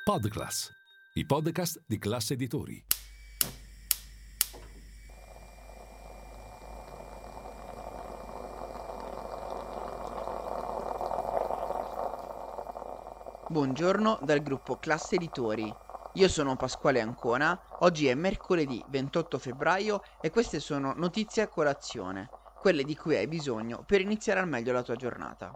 Podclass, i podcast di Classe Editori. Buongiorno dal gruppo Classe Editori. Io sono Pasquale Ancona, oggi è mercoledì 28 febbraio e queste sono notizie a colazione, quelle di cui hai bisogno per iniziare al meglio la tua giornata.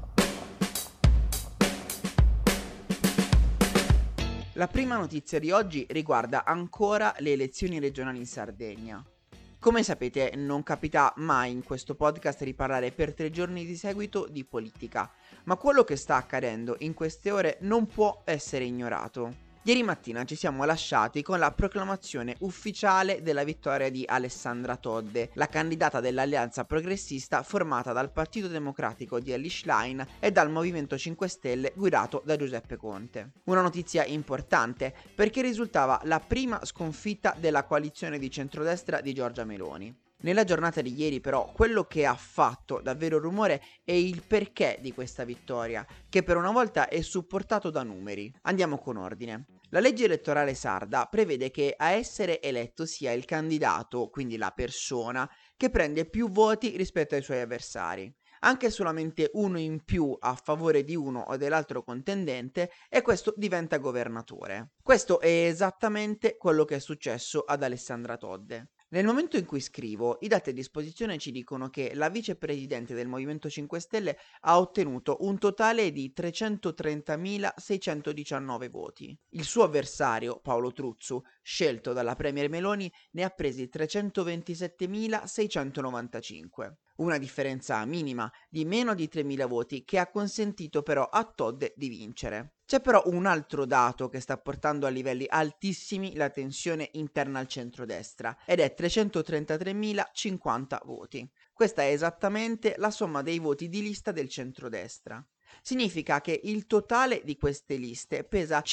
La prima notizia di oggi riguarda ancora le elezioni regionali in Sardegna. Come sapete, non capita mai in questo podcast di parlare per 3 giorni di seguito di politica, ma quello che sta accadendo in queste ore non può essere ignorato. Ieri mattina ci siamo lasciati con la proclamazione ufficiale della vittoria di Alessandra Todde, la candidata dell'Alleanza Progressista formata dal Partito Democratico di Elly Schlein e dal Movimento 5 Stelle guidato da Giuseppe Conte. Una notizia importante perché risultava la prima sconfitta della coalizione di centrodestra di Giorgia Meloni. Nella giornata di ieri però quello che ha fatto davvero rumore è il perché di questa vittoria, che per una volta è supportato da numeri. Andiamo con ordine. La legge elettorale sarda prevede che a essere eletto sia il candidato, quindi la persona, che prende più voti rispetto ai suoi avversari. Anche solamente uno in più a favore di uno o dell'altro contendente e questo diventa governatore. Questo è esattamente quello che è successo ad Alessandra Todde. Nel momento in cui scrivo, i dati a disposizione ci dicono che la vicepresidente del Movimento 5 Stelle ha ottenuto un totale di 330.619 voti. Il suo avversario, Paolo Truzzu, scelto dalla premier Meloni, ne ha presi 327.695. Una differenza minima di meno di 3.000 voti che ha consentito però a Todde di vincere. C'è però un altro dato che sta portando a livelli altissimi la tensione interna al centrodestra ed è 333.050 voti. Questa è esattamente la somma dei voti di lista del centrodestra. Significa che il totale di queste liste pesa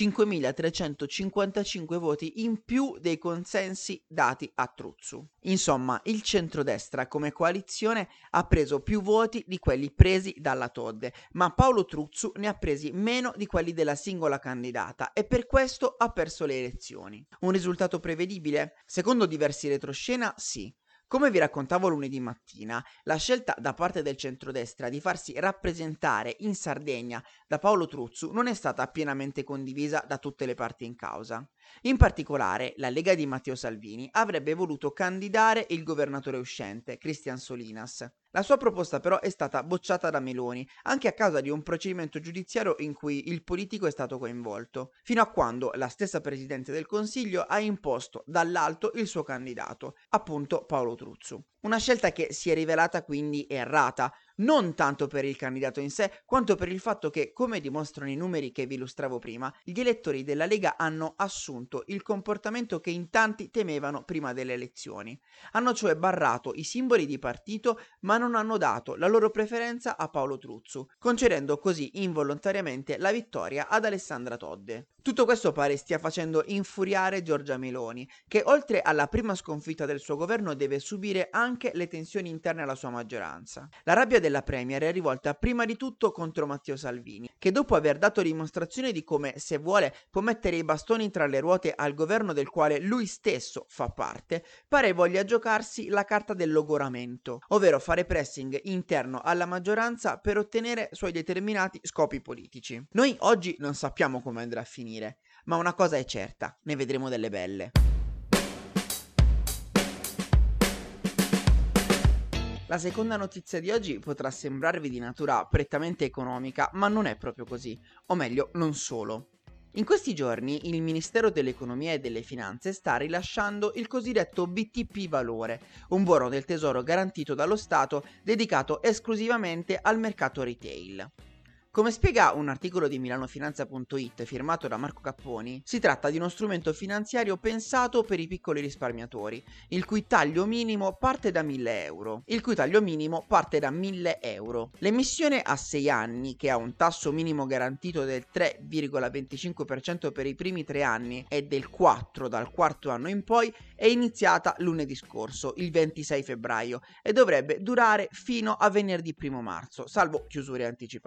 5.355 voti in più dei consensi dati a Truzzu. Insomma, il centrodestra come coalizione ha preso più voti di quelli presi dalla Todde, ma Paolo Truzzu ne ha presi meno di quelli della singola candidata e per questo ha perso le elezioni. Un risultato prevedibile? Secondo diversi retroscena, sì. Come vi raccontavo lunedì mattina, la scelta da parte del centrodestra di farsi rappresentare in Sardegna da Paolo Truzzu non è stata pienamente condivisa da tutte le parti in causa. In particolare, la Lega di Matteo Salvini avrebbe voluto candidare il governatore uscente, Christian Solinas. La sua proposta però è stata bocciata da Meloni, anche a causa di un procedimento giudiziario in cui il politico è stato coinvolto, fino a quando la stessa Presidente del Consiglio ha imposto dall'alto il suo candidato, appunto Paolo Truzzu. Una scelta che si è rivelata quindi errata, non tanto per il candidato in sé, quanto per il fatto che, come dimostrano i numeri che vi illustravo prima, gli elettori della Lega hanno assunto il comportamento che in tanti temevano prima delle elezioni. Hanno cioè barrato i simboli di partito, ma non hanno dato la loro preferenza a Paolo Truzzu, concedendo così involontariamente la vittoria ad Alessandra Todde. Tutto questo pare stia facendo infuriare Giorgia Meloni, che oltre alla prima sconfitta del suo governo deve subire anche le tensioni interne alla sua maggioranza. La rabbia della premier è rivolta prima di tutto contro Matteo Salvini, che dopo aver dato dimostrazione di come, se vuole, può mettere i bastoni tra le ruote al governo del quale lui stesso fa parte, pare voglia giocarsi la carta del logoramento, ovvero fare pressing interno alla maggioranza per ottenere suoi determinati scopi politici. Noi oggi non sappiamo come andrà a finire, ma una cosa è certa, ne vedremo delle belle. La seconda notizia di oggi potrà sembrarvi di natura prettamente economica, ma non è proprio così, o meglio, non solo. In questi giorni il Ministero dell'Economia e delle Finanze sta rilasciando il cosiddetto BTP Valore, un buono del tesoro garantito dallo Stato dedicato esclusivamente al mercato retail. Come spiega un articolo di milanofinanza.it firmato da Marco Capponi, si tratta di uno strumento finanziario pensato per i piccoli risparmiatori, il cui taglio minimo parte da 1.000 euro. L'emissione a 6 anni, che ha un tasso minimo garantito del 3,25% per i primi 3 anni e del 4% dal quarto anno in poi, è iniziata lunedì scorso, il 26 febbraio, e dovrebbe durare fino a venerdì 1 marzo, salvo chiusure anticipate. Lo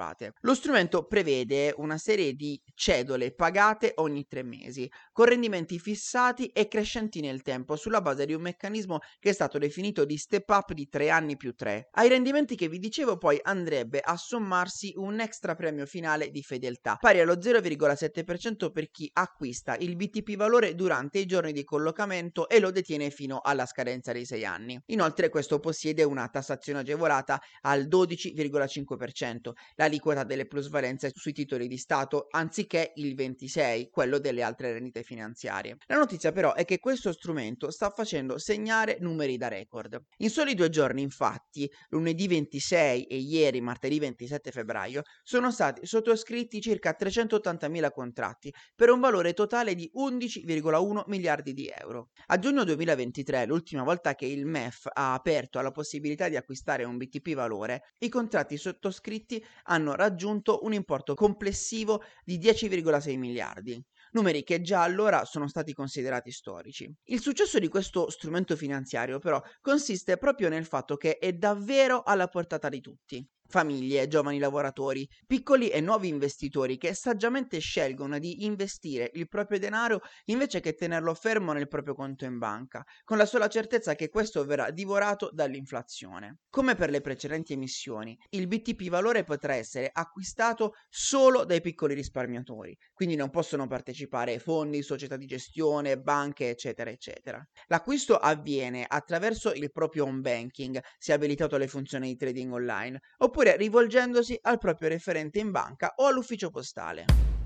Lo strumento prevede una serie di cedole pagate ogni 3 mesi, con rendimenti fissati e crescenti nel tempo, sulla base di un meccanismo che è stato definito di step up di 3 anni più 3. Ai rendimenti che vi dicevo poi andrebbe a sommarsi un extra premio finale di fedeltà, pari allo 0,7% per chi acquista il BTP valore durante i giorni di collocamento e lo detiene fino alla scadenza dei 6 anni. Inoltre questo possiede una tassazione agevolata al 12,5%, l'aliquota delle plusvalenze sui titoli di Stato, anziché il 26, quello delle altre rendite finanziarie. La notizia però è che questo strumento sta facendo segnare numeri da record. In soli 2 giorni, infatti, lunedì 26 e ieri, martedì 27 febbraio, sono stati sottoscritti circa 380.000 contratti per un valore totale di 11,1 miliardi di euro. A giugno 2023, l'ultima volta che il MEF ha aperto alla possibilità di acquistare un BTP valore, i contratti sottoscritti hanno raggiunto un importo complessivo di 10,6 miliardi, numeri che già allora sono stati considerati storici. Il successo di questo strumento finanziario però consiste proprio nel fatto che è davvero alla portata di tutti. Famiglie, giovani lavoratori, piccoli e nuovi investitori che saggiamente scelgono di investire il proprio denaro invece che tenerlo fermo nel proprio conto in banca, con la sola certezza che questo verrà divorato dall'inflazione. Come per le precedenti emissioni, il BTP valore potrà essere acquistato solo dai piccoli risparmiatori, quindi non possono partecipare fondi, società di gestione, banche, eccetera, eccetera. L'acquisto avviene attraverso il proprio home banking, se abilitato alle funzioni di trading online, oppure rivolgendosi al proprio referente in banca o all'ufficio postale.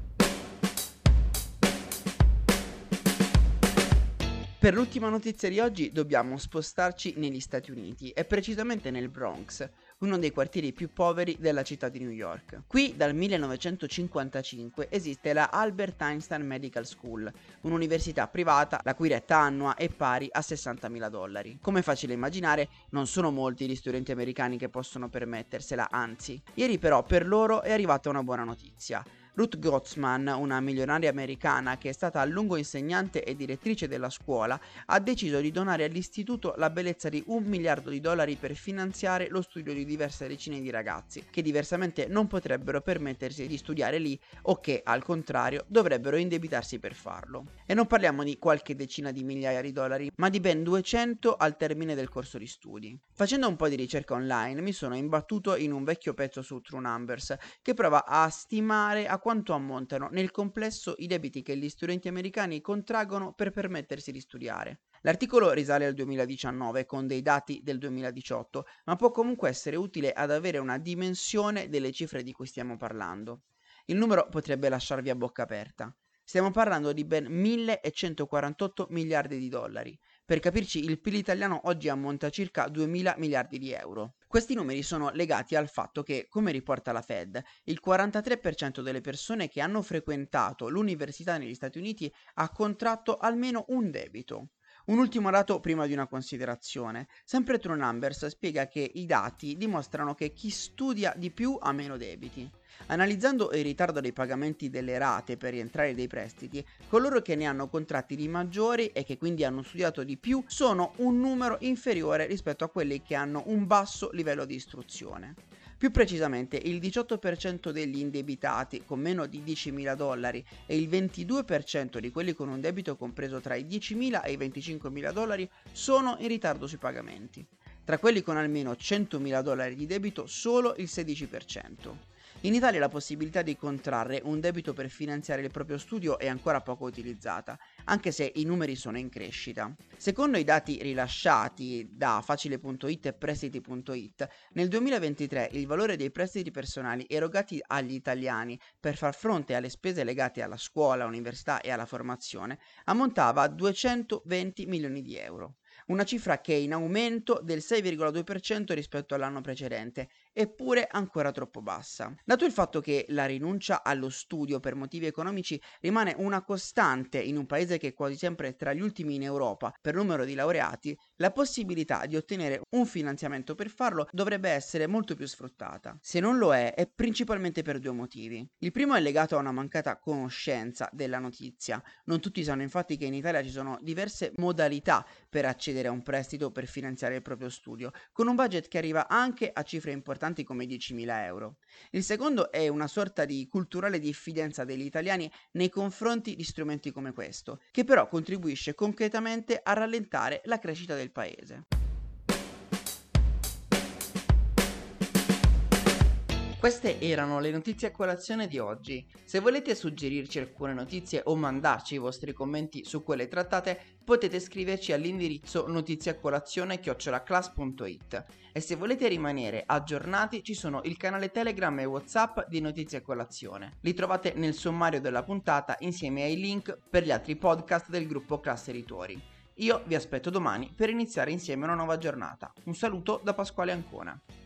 Per l'ultima notizia di oggi dobbiamo spostarci negli Stati Uniti e precisamente nel Bronx, uno dei quartieri più poveri della città di New York. Qui dal 1955 esiste la Albert Einstein Medical School, un'università privata la cui retta annua è pari a $60.000. Come è facile immaginare, non sono molti gli studenti americani che possono permettersela, anzi. Ieri però per loro è arrivata una buona notizia. Ruth Gottsman, una milionaria americana che è stata a lungo insegnante e direttrice della scuola, ha deciso di donare all'istituto la bellezza di $1 miliardo per finanziare lo studio di diverse decine di ragazzi che diversamente non potrebbero permettersi di studiare lì o che, al contrario, dovrebbero indebitarsi per farlo. E non parliamo di qualche decina di migliaia di dollari, ma di ben 200 al termine del corso di studi. Facendo un po' di ricerca online mi sono imbattuto in un vecchio pezzo su True Numbers che prova a stimare a quanto ammontano nel complesso i debiti che gli studenti americani contraggono per permettersi di studiare. L'articolo risale al 2019 con dei dati del 2018, ma può comunque essere utile ad avere una dimensione delle cifre di cui stiamo parlando. Il numero potrebbe lasciarvi a bocca aperta. Stiamo parlando di ben 1.148 miliardi di dollari. Per capirci, il PIL italiano oggi ammonta a circa 2.000 miliardi di euro. Questi numeri sono legati al fatto che, come riporta la Fed, il 43% delle persone che hanno frequentato l'università negli Stati Uniti ha contratto almeno un debito. Un ultimo dato prima di una considerazione. Sempre True Numbers spiega che i dati dimostrano che chi studia di più ha meno debiti. Analizzando il ritardo dei pagamenti delle rate per rientrare dei prestiti, coloro che ne hanno contratti di maggiori e che quindi hanno studiato di più sono un numero inferiore rispetto a quelli che hanno un basso livello di istruzione. Più precisamente, il 18% degli indebitati con meno di $10.000 e il 22% di quelli con un debito compreso tra i $10.000 e i $25.000 sono in ritardo sui pagamenti. Tra quelli con almeno $100.000 di debito solo il 16%. In Italia la possibilità di contrarre un debito per finanziare il proprio studio è ancora poco utilizzata, anche se i numeri sono in crescita. Secondo i dati rilasciati da Facile.it e Prestiti.it, nel 2023 il valore dei prestiti personali erogati agli italiani per far fronte alle spese legate alla scuola, all'università e alla formazione ammontava a 220 milioni di euro. Una cifra che è in aumento del 6,2% rispetto all'anno precedente, eppure ancora troppo bassa. Dato il fatto che la rinuncia allo studio per motivi economici rimane una costante in un paese che è quasi sempre tra gli ultimi in Europa per numero di laureati, la possibilità di ottenere un finanziamento per farlo dovrebbe essere molto più sfruttata. Se non lo è principalmente per due motivi. Il primo è legato a una mancata conoscenza della notizia. Non tutti sanno infatti che in Italia ci sono diverse modalità per accedere a un prestito per finanziare il proprio studio, con un budget che arriva anche a cifre importanti importanti come 10.000 euro. Il secondo è una sorta di culturale diffidenza degli italiani nei confronti di strumenti come questo, che però contribuisce concretamente a rallentare la crescita del paese. Queste erano le notizie a colazione di oggi. Se volete suggerirci alcune notizie o mandarci i vostri commenti su quelle trattate, potete scriverci all'indirizzo notiziacolazione@class.it. E se volete rimanere aggiornati, ci sono il canale Telegram e WhatsApp di Notizie a Colazione. Li trovate nel sommario della puntata insieme ai link per gli altri podcast del gruppo Class Editori. Io vi aspetto domani per iniziare insieme una nuova giornata. Un saluto da Pasquale Ancona.